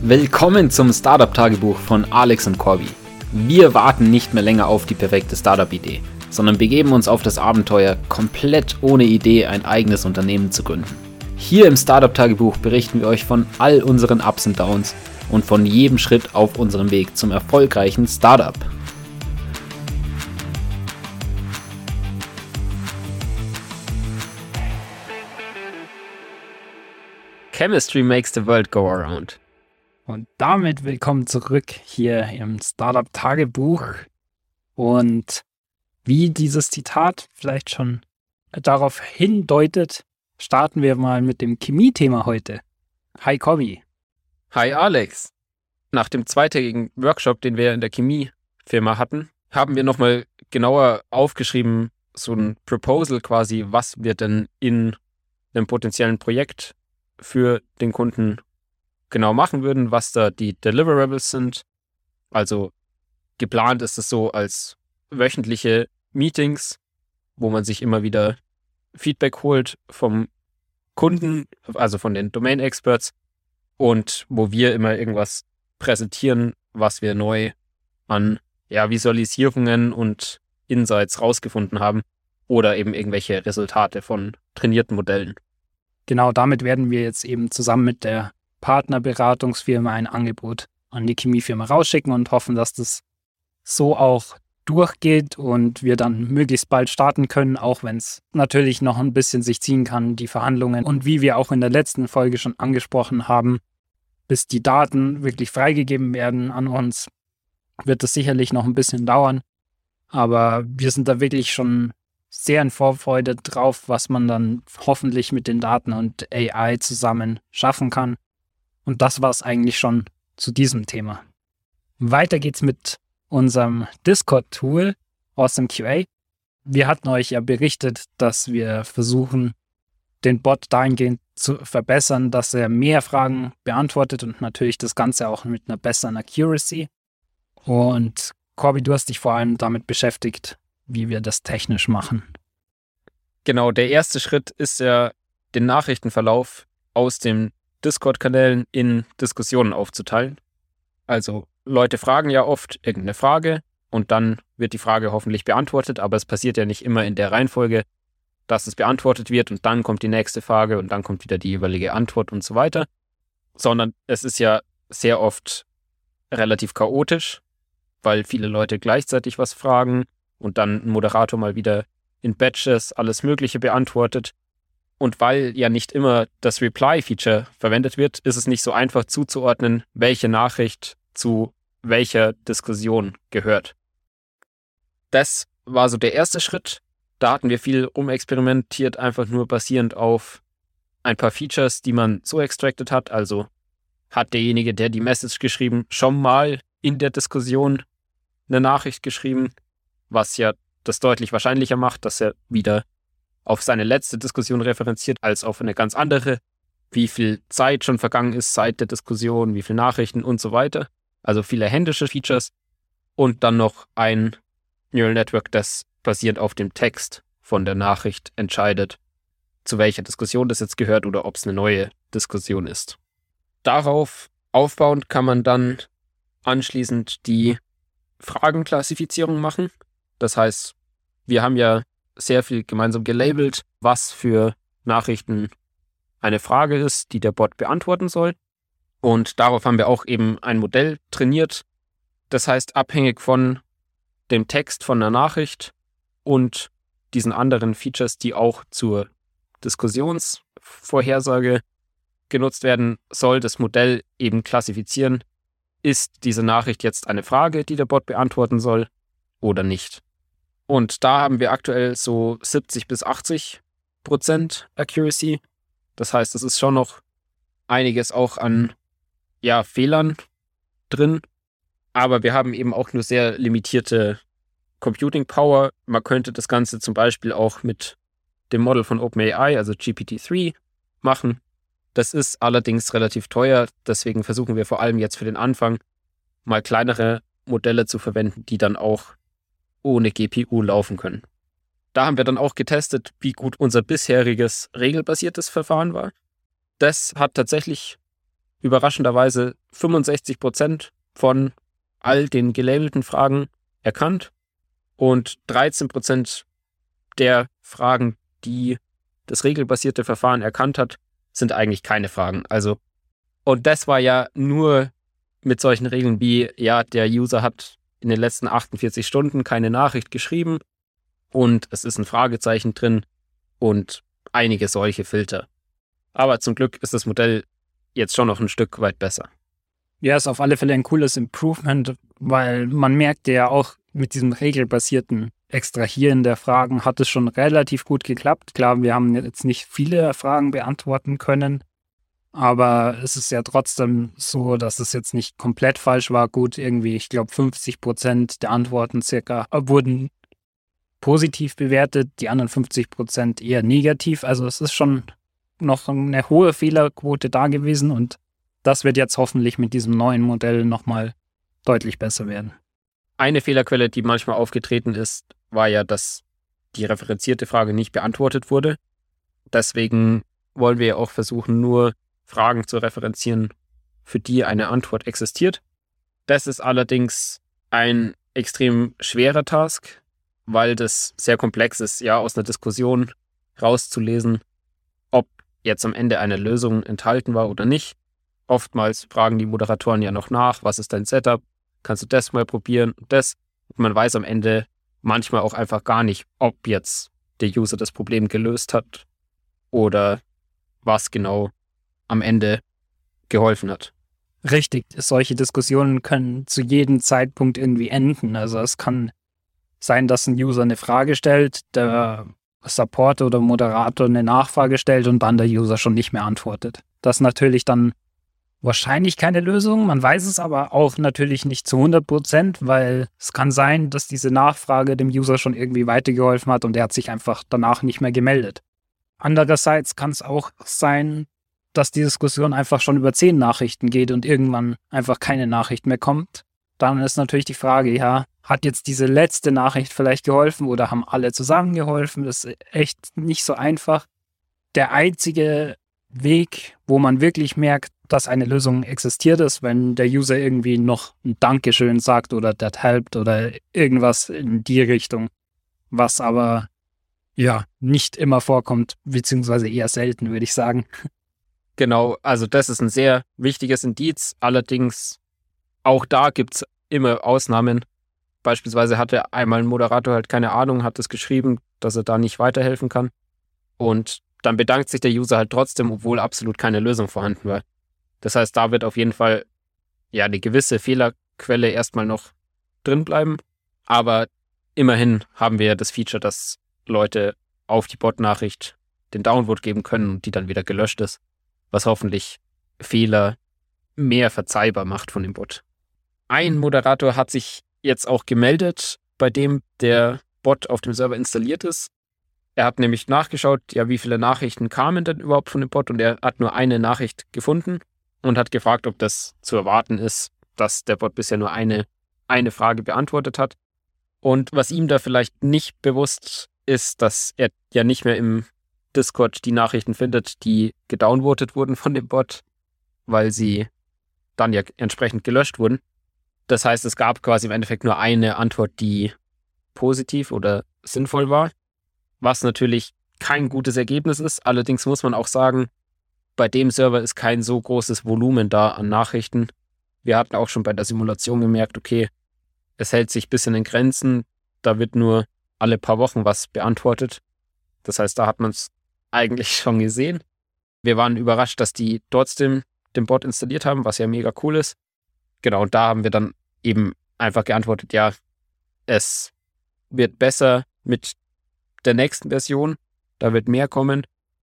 Willkommen zum Startup-Tagebuch von Alex und Corby. Wir warten nicht mehr länger auf die perfekte Startup-Idee, sondern begeben uns auf das Abenteuer, komplett ohne Idee ein eigenes Unternehmen zu gründen. Hier im Startup-Tagebuch berichten wir euch von all unseren Ups und Downs und von jedem Schritt auf unserem Weg zum erfolgreichen Startup. Chemistry makes the world go around. Und damit willkommen zurück hier im Startup-Tagebuch. Und wie dieses Zitat vielleicht schon darauf hindeutet, starten wir mal mit dem Chemie-Thema heute. Hi Corby. Hi Alex. Nach dem zweitägigen Workshop, den wir in der Chemiefirma hatten, haben wir nochmal genauer aufgeschrieben, so ein Proposal quasi, was wir denn in einem potenziellen Projekt für den Kunden genau machen würden, was da die Deliverables sind. Also geplant ist es so als wöchentliche Meetings, wo man sich immer wieder Feedback holt vom Kunden, also von den Domain Experts, und wo wir immer irgendwas präsentieren, was wir neu an Visualisierungen und Insights rausgefunden haben oder eben irgendwelche Resultate von trainierten Modellen. Genau, damit werden wir jetzt eben zusammen mit der Partnerberatungsfirma ein Angebot an die Chemiefirma rausschicken und hoffen, dass das so auch durchgeht und wir dann möglichst bald starten können, auch wenn es natürlich noch ein bisschen sich ziehen kann, die Verhandlungen. Und wie wir auch in der letzten Folge schon angesprochen haben, bis die Daten wirklich freigegeben werden an uns, wird es sicherlich noch ein bisschen dauern. Aber wir sind da wirklich schon sehr in Vorfreude drauf, was man dann hoffentlich mit den Daten und AI zusammen schaffen kann. Und das war es eigentlich schon zu diesem Thema. Weiter geht's mit unserem Discord-Tool Awesome QA. Wir hatten euch ja berichtet, dass wir versuchen, den Bot dahingehend zu verbessern, dass er mehr Fragen beantwortet und natürlich das Ganze auch mit einer besseren Accuracy. Und Corby, du hast dich vor allem damit beschäftigt, wie wir das technisch machen. Genau, der erste Schritt ist ja, den Nachrichtenverlauf aus den Discord-Kanälen in Diskussionen aufzuteilen. Also Leute fragen ja oft irgendeine Frage und dann wird die Frage hoffentlich beantwortet, aber es passiert ja nicht immer in der Reihenfolge, dass es beantwortet wird und dann kommt die nächste Frage und dann kommt wieder die jeweilige Antwort und so weiter, sondern es ist ja sehr oft relativ chaotisch, weil viele Leute gleichzeitig was fragen und dann ein Moderator mal wieder in Batches alles Mögliche beantwortet. Und weil ja nicht immer das Reply-Feature verwendet wird, ist es nicht so einfach zuzuordnen, welche Nachricht zu welcher Diskussion gehört. Das war so der erste Schritt. Da hatten wir viel rumexperimentiert, einfach nur basierend auf ein paar Features, die man so extracted hat. Also hat derjenige, der die Message geschrieben, schon mal in der Diskussion eine Nachricht geschrieben, was ja das deutlich wahrscheinlicher macht, dass er wieder auf seine letzte Diskussion referenziert, als auf eine ganz andere, wie viel Zeit schon vergangen ist seit der Diskussion, wie viele Nachrichten und so weiter. Also viele händische Features und dann noch ein Neural Network, das basierend auf dem Text von der Nachricht entscheidet, zu welcher Diskussion das jetzt gehört oder ob es eine neue Diskussion ist. Darauf aufbauend kann man dann anschließend die Fragenklassifizierung machen. Das heißt, wir haben ja sehr viel gemeinsam gelabelt, was für Nachrichten eine Frage ist, die der Bot beantworten soll. Und darauf haben wir auch eben ein Modell trainiert. Das heißt, abhängig von dem Text von der Nachricht und diesen anderen Features, die auch zur Diskussionsvorhersage genutzt werden, soll das Modell eben klassifizieren, ist diese Nachricht jetzt eine Frage, die der Bot beantworten soll oder nicht. Und da haben wir aktuell so 70-80% Accuracy. Das heißt, es ist schon noch einiges auch an Fehlern drin. Aber wir haben eben auch nur sehr limitierte Computing Power. Man könnte das Ganze zum Beispiel auch mit dem Model von OpenAI, also GPT-3, machen. Das ist allerdings relativ teuer. Deswegen versuchen wir vor allem jetzt für den Anfang mal kleinere Modelle zu verwenden, die dann auch ohne GPU laufen können. Da haben wir dann auch getestet, wie gut unser bisheriges regelbasiertes Verfahren war. Das hat tatsächlich überraschenderweise 65% von all den gelabelten Fragen erkannt und 13% der Fragen, die das regelbasierte Verfahren erkannt hat, sind eigentlich keine Fragen. Also, und das war ja nur mit solchen Regeln wie, ja, der User hat in den letzten 48 Stunden keine Nachricht geschrieben und es ist ein Fragezeichen drin und einige solche Filter. Aber zum Glück ist das Modell jetzt schon noch ein Stück weit besser. Ja, ist auf alle Fälle ein cooles Improvement, weil man merkt ja auch mit diesem regelbasierten Extrahieren der Fragen hat es schon relativ gut geklappt. Klar, wir haben jetzt nicht viele Fragen beantworten können, aber es ist ja trotzdem so, dass es jetzt nicht komplett falsch war. Gut, irgendwie, ich glaube, 50% der Antworten circa wurden positiv bewertet, die anderen 50% eher negativ. Also es ist schon noch eine hohe Fehlerquote da gewesen und das wird jetzt hoffentlich mit diesem neuen Modell nochmal deutlich besser werden. Eine Fehlerquelle, die manchmal aufgetreten ist, war ja, dass die referenzierte Frage nicht beantwortet wurde. Deswegen wollen wir ja auch versuchen, nur Fragen zu referenzieren, für die eine Antwort existiert. Das ist allerdings ein extrem schwerer Task, weil das sehr komplex ist, ja, aus einer Diskussion rauszulesen, ob jetzt am Ende eine Lösung enthalten war oder nicht. Oftmals fragen die Moderatoren ja noch nach, was ist dein Setup? Kannst du das mal probieren? Und das. Und man weiß am Ende manchmal auch einfach gar nicht, ob jetzt der User das Problem gelöst hat oder was genau am Ende geholfen hat. Richtig, solche Diskussionen können zu jedem Zeitpunkt irgendwie enden. Also es kann sein, dass ein User eine Frage stellt, der Support oder Moderator eine Nachfrage stellt und dann der User schon nicht mehr antwortet. Das ist natürlich dann wahrscheinlich keine Lösung, man weiß es aber auch natürlich nicht zu 100%, weil es kann sein, dass diese Nachfrage dem User schon irgendwie weitergeholfen hat und er hat sich einfach danach nicht mehr gemeldet. Andererseits kann es auch sein, dass die Diskussion einfach schon über 10 Nachrichten geht und irgendwann einfach keine Nachricht mehr kommt. Dann ist natürlich die Frage, ja, hat jetzt diese letzte Nachricht vielleicht geholfen oder haben alle zusammen geholfen? Das ist echt nicht so einfach. Der einzige Weg, wo man wirklich merkt, dass eine Lösung existiert, ist, wenn der User irgendwie noch ein Dankeschön sagt oder that helped oder irgendwas in die Richtung, was aber ja nicht immer vorkommt, beziehungsweise eher selten, würde ich sagen. Genau, also das ist ein sehr wichtiges Indiz. Allerdings auch da gibt es immer Ausnahmen. Beispielsweise hatte einmal ein Moderator halt keine Ahnung, hat es geschrieben, dass er da nicht weiterhelfen kann. Und dann bedankt sich der User halt trotzdem, obwohl absolut keine Lösung vorhanden war. Das heißt, da wird auf jeden Fall ja eine gewisse Fehlerquelle erstmal noch drin bleiben. Aber immerhin haben wir ja das Feature, dass Leute auf die Bot-Nachricht den Downvote geben können und die dann wieder gelöscht ist, was hoffentlich Fehler mehr verzeihbar macht von dem Bot. Ein Moderator hat sich jetzt auch gemeldet, bei dem der Bot auf dem Server installiert ist. Er hat nämlich nachgeschaut, ja, wie viele Nachrichten kamen denn überhaupt von dem Bot und er hat nur eine Nachricht gefunden und hat gefragt, ob das zu erwarten ist, dass der Bot bisher nur eine Frage beantwortet hat. Und was ihm da vielleicht nicht bewusst ist, dass er ja nicht mehr im Discord die Nachrichten findet, die gedownvotet wurden von dem Bot, weil sie dann ja entsprechend gelöscht wurden. Das heißt, es gab quasi im Endeffekt nur eine Antwort, die positiv oder sinnvoll war, was natürlich kein gutes Ergebnis ist. Allerdings muss man auch sagen, bei dem Server ist kein so großes Volumen da an Nachrichten. Wir hatten auch schon bei der Simulation gemerkt, okay, es hält sich ein bisschen in Grenzen. Da wird nur alle paar Wochen was beantwortet. Das heißt, da hat man es eigentlich schon gesehen. Wir waren überrascht, dass die trotzdem den Bot installiert haben, was ja mega cool ist. Genau, und da haben wir dann eben einfach geantwortet, ja, es wird besser mit der nächsten Version. Da wird mehr kommen.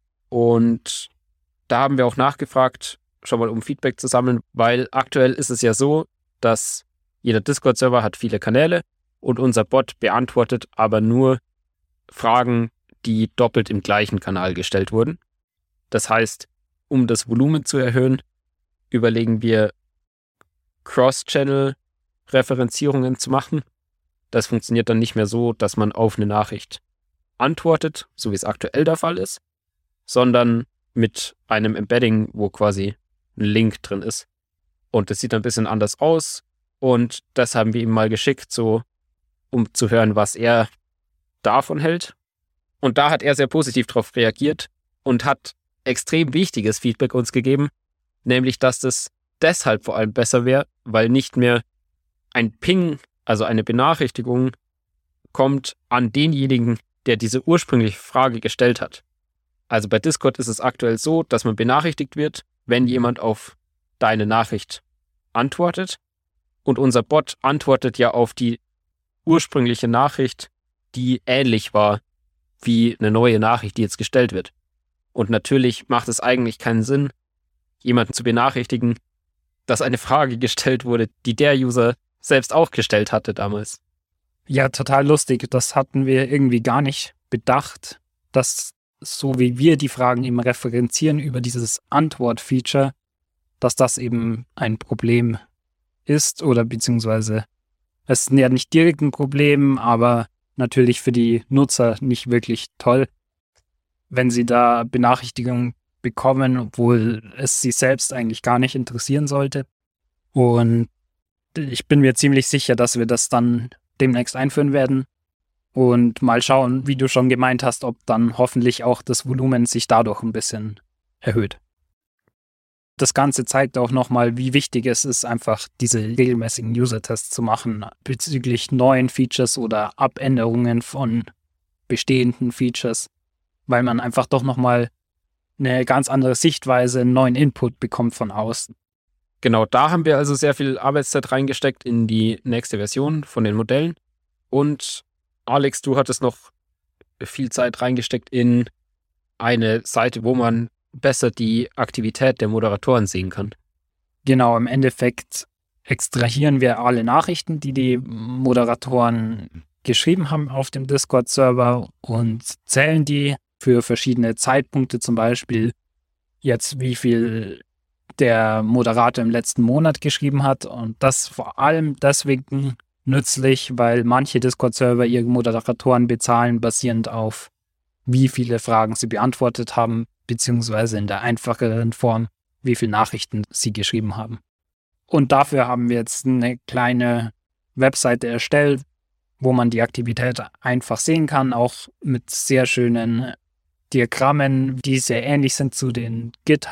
Und da haben wir auch nachgefragt, schon mal um Feedback zu sammeln, weil aktuell ist es ja so, dass jeder Discord-Server hat viele Kanäle und unser Bot beantwortet aber nur Fragen, die doppelt im gleichen Kanal gestellt wurden. Das heißt, um das Volumen zu erhöhen, überlegen wir, Cross-Channel-Referenzierungen zu machen. Das funktioniert dann nicht mehr so, dass man auf eine Nachricht antwortet, so wie es aktuell der Fall ist, sondern mit einem Embedding, wo quasi ein Link drin ist. Und das sieht ein bisschen anders aus. Und das haben wir ihm mal geschickt, so um zu hören, was er davon hält. Und da hat er sehr positiv darauf reagiert und hat extrem wichtiges Feedback uns gegeben, nämlich, dass das deshalb vor allem besser wäre, weil nicht mehr ein Ping, also eine Benachrichtigung, kommt an denjenigen, der diese ursprüngliche Frage gestellt hat. Also bei Discord ist es aktuell so, dass man benachrichtigt wird, wenn jemand auf deine Nachricht antwortet. Und unser Bot antwortet ja auf die ursprüngliche Nachricht, die ähnlich war wie eine neue Nachricht, die jetzt gestellt wird. Und natürlich macht es eigentlich keinen Sinn, jemanden zu benachrichtigen, dass eine Frage gestellt wurde, die der User selbst auch gestellt hatte damals. Ja, total lustig. Das hatten wir irgendwie gar nicht bedacht, dass so wie wir die Fragen eben referenzieren über dieses Antwort-Feature, dass das eben ein Problem ist oder beziehungsweise es ist ja nicht direkt ein Problem, aber natürlich für die Nutzer nicht wirklich toll, wenn sie da Benachrichtigungen bekommen, obwohl es sie selbst eigentlich gar nicht interessieren sollte. Und ich bin mir ziemlich sicher, dass wir das dann demnächst einführen werden und mal schauen, wie du schon gemeint hast, ob dann hoffentlich auch das Volumen sich dadurch ein bisschen erhöht. Das Ganze zeigt auch nochmal, wie wichtig es ist, einfach diese regelmäßigen User-Tests zu machen bezüglich neuen Features oder Abänderungen von bestehenden Features, weil man einfach doch nochmal eine ganz andere Sichtweise, einen neuen Input bekommt von außen. Genau, da haben wir also sehr viel Arbeitszeit reingesteckt in die nächste Version von den Modellen. Und Alex, du hattest noch viel Zeit reingesteckt in eine Seite, wo man besser die Aktivität der Moderatoren sehen kann. Genau, im Endeffekt extrahieren wir alle Nachrichten, die die Moderatoren geschrieben haben auf dem Discord-Server und zählen die für verschiedene Zeitpunkte, zum Beispiel jetzt wie viel der Moderator im letzten Monat geschrieben hat. Und das vor allem deswegen nützlich, weil manche Discord-Server ihre Moderatoren bezahlen, basierend auf wie viele Fragen sie beantwortet haben, beziehungsweise in der einfacheren Form, wie viele Nachrichten sie geschrieben haben. Und dafür haben wir jetzt eine kleine Webseite erstellt, wo man die Aktivität einfach sehen kann, auch mit sehr schönen Diagrammen, die sehr ähnlich sind zu den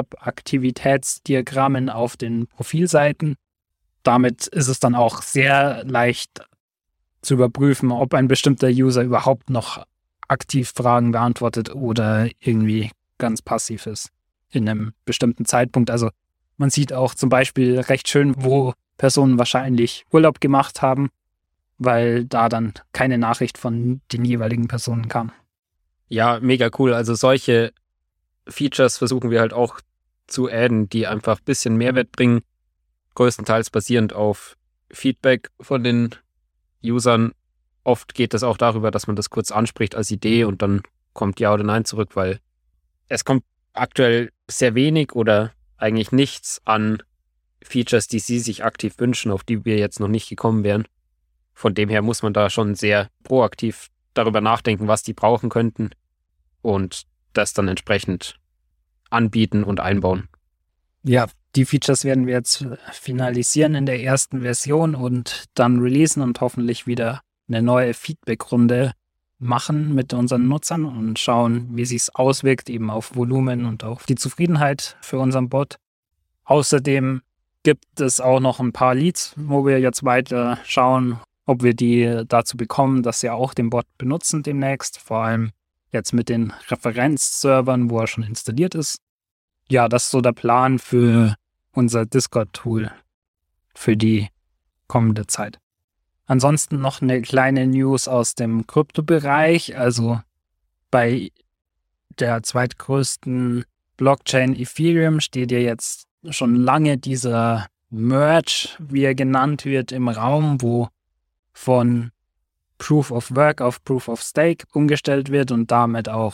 GitHub-Aktivitätsdiagrammen auf den Profilseiten. Damit ist es dann auch sehr leicht zu überprüfen, ob ein bestimmter User überhaupt noch aktiv Fragen beantwortet oder irgendwie ganz passiv ist in einem bestimmten Zeitpunkt. Also man sieht auch zum Beispiel recht schön, wo Personen wahrscheinlich Urlaub gemacht haben, weil da dann keine Nachricht von den jeweiligen Personen kam. Ja, mega cool. Also solche Features versuchen wir halt auch zu adden, die einfach ein bisschen Mehrwert bringen, größtenteils basierend auf Feedback von den Usern. Oft geht es auch darüber, dass man das kurz anspricht als Idee und dann kommt Ja oder Nein zurück, weil es kommt aktuell sehr wenig oder eigentlich nichts an Features, die Sie sich aktiv wünschen, auf die wir jetzt noch nicht gekommen wären. Von dem her muss man da schon sehr proaktiv darüber nachdenken, was die brauchen könnten und das dann entsprechend anbieten und einbauen. Ja, die Features werden wir jetzt finalisieren in der ersten Version und dann releasen und hoffentlich wieder eine neue Feedback-Runde machen mit unseren Nutzern und schauen, wie sich es auswirkt, eben auf Volumen und auf die Zufriedenheit für unseren Bot. Außerdem gibt es auch noch ein paar Leads, wo wir jetzt weiter schauen, ob wir die dazu bekommen, dass sie auch den Bot benutzen demnächst, vor allem jetzt mit den Referenzservern, wo er schon installiert ist. Ja, das ist so der Plan für unser Discord-Tool für die kommende Zeit. Ansonsten noch eine kleine News aus dem Kryptobereich. Also bei der zweitgrößten Blockchain Ethereum steht ja jetzt schon lange dieser Merge, wie er genannt wird, im Raum, wo von Proof of Work auf Proof of Stake umgestellt wird und damit auch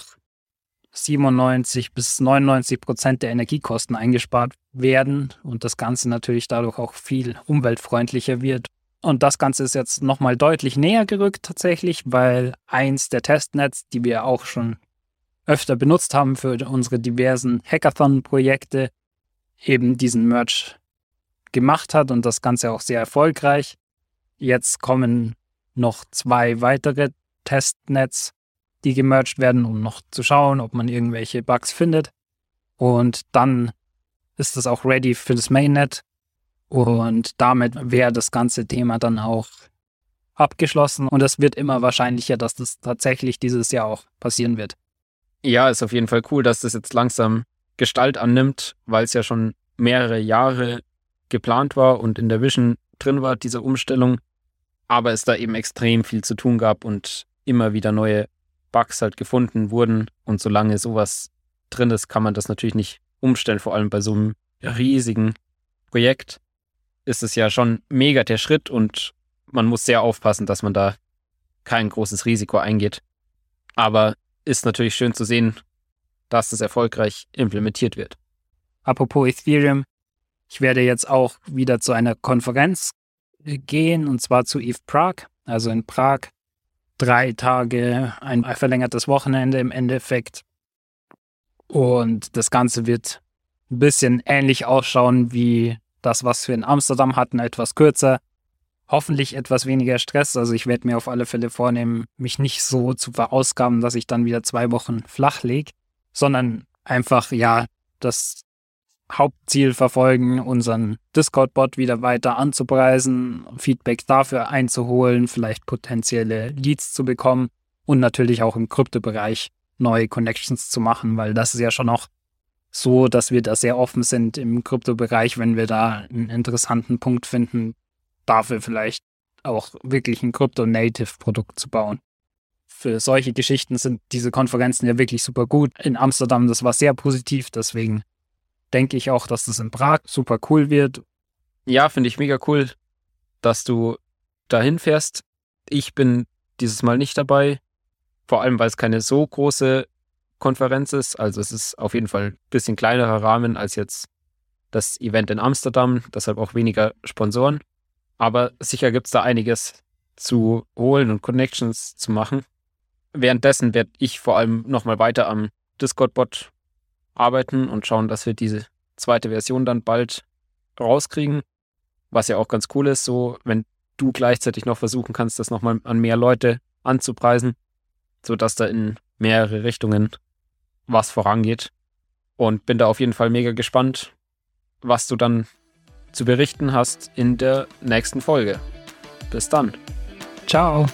97-99% der Energiekosten eingespart werden und das Ganze natürlich dadurch auch viel umweltfreundlicher wird. Und das Ganze ist jetzt nochmal deutlich näher gerückt tatsächlich, weil eins der Testnets, die wir auch schon öfter benutzt haben für unsere diversen Hackathon-Projekte, eben diesen Merge gemacht hat und das Ganze auch sehr erfolgreich. Jetzt kommen noch 2 weitere Testnets, die gemerged werden, um noch zu schauen, ob man irgendwelche Bugs findet. Und dann ist es auch ready für das Mainnet. Und damit wäre das ganze Thema dann auch abgeschlossen. Und es wird immer wahrscheinlicher, dass das tatsächlich dieses Jahr auch passieren wird. Ja, ist auf jeden Fall cool, dass das jetzt langsam Gestalt annimmt, weil es ja schon mehrere Jahre geplant war und in der Vision drin war, diese Umstellung. Aber es da eben extrem viel zu tun gab und immer wieder neue Bugs halt gefunden wurden. Und solange sowas drin ist, kann man das natürlich nicht umstellen. Vor allem bei so einem riesigen Projekt ist es ja schon mega der Schritt und man muss sehr aufpassen, dass man da kein großes Risiko eingeht. Aber ist natürlich schön zu sehen, dass das erfolgreich implementiert wird. Apropos Ethereum, ich werde jetzt auch wieder zu einer Konferenz gehen, und zwar zu ETH Prague, also in Prag. 3 Tage, ein verlängertes Wochenende im Endeffekt. Und das Ganze wird ein bisschen ähnlich ausschauen wie das, was wir in Amsterdam hatten, etwas kürzer. Hoffentlich etwas weniger Stress. Also ich werde mir auf alle Fälle vornehmen, mich nicht so zu verausgaben, dass ich dann wieder 2 Wochen flach lege, sondern einfach, das Hauptziel verfolgen, unseren Discord-Bot wieder weiter anzupreisen, Feedback dafür einzuholen, vielleicht potenzielle Leads zu bekommen und natürlich auch im Kryptobereich neue Connections zu machen, weil das ist ja schon auch so, dass wir da sehr offen sind im Kryptobereich, wenn wir da einen interessanten Punkt finden, dafür vielleicht auch wirklich ein Crypto-Native-Produkt zu bauen. Für solche Geschichten sind diese Konferenzen ja wirklich super gut. In Amsterdam, das war sehr positiv, deswegen denke ich auch, dass das in Prag super cool wird. Ja, finde ich mega cool, dass du dahin fährst. Ich bin dieses Mal nicht dabei, vor allem, weil es keine so große Konferenz ist. Also es ist auf jeden Fall ein bisschen kleinerer Rahmen als jetzt das Event in Amsterdam, deshalb auch weniger Sponsoren. Aber sicher gibt es da einiges zu holen und Connections zu machen. Währenddessen werde ich vor allem nochmal weiter am Discord-Bot arbeiten und schauen, dass wir diese zweite Version dann bald rauskriegen, was ja auch ganz cool ist, so wenn du gleichzeitig noch versuchen kannst, das nochmal an mehr Leute anzupreisen, sodass da in mehrere Richtungen was vorangeht. Und bin da auf jeden Fall mega gespannt, was du dann zu berichten hast in der nächsten Folge. Bis dann. Ciao.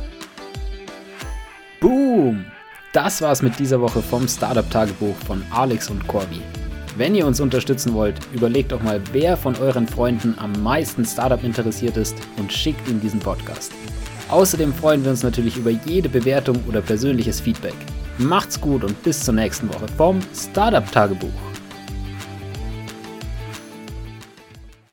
Boom! Das war's mit dieser Woche vom Startup-Tagebuch von Alex und Corby. Wenn ihr uns unterstützen wollt, überlegt doch mal, wer von euren Freunden am meisten Startup interessiert ist und schickt ihm diesen Podcast. Außerdem freuen wir uns natürlich über jede Bewertung oder persönliches Feedback. Macht's gut und bis zur nächsten Woche vom Startup-Tagebuch.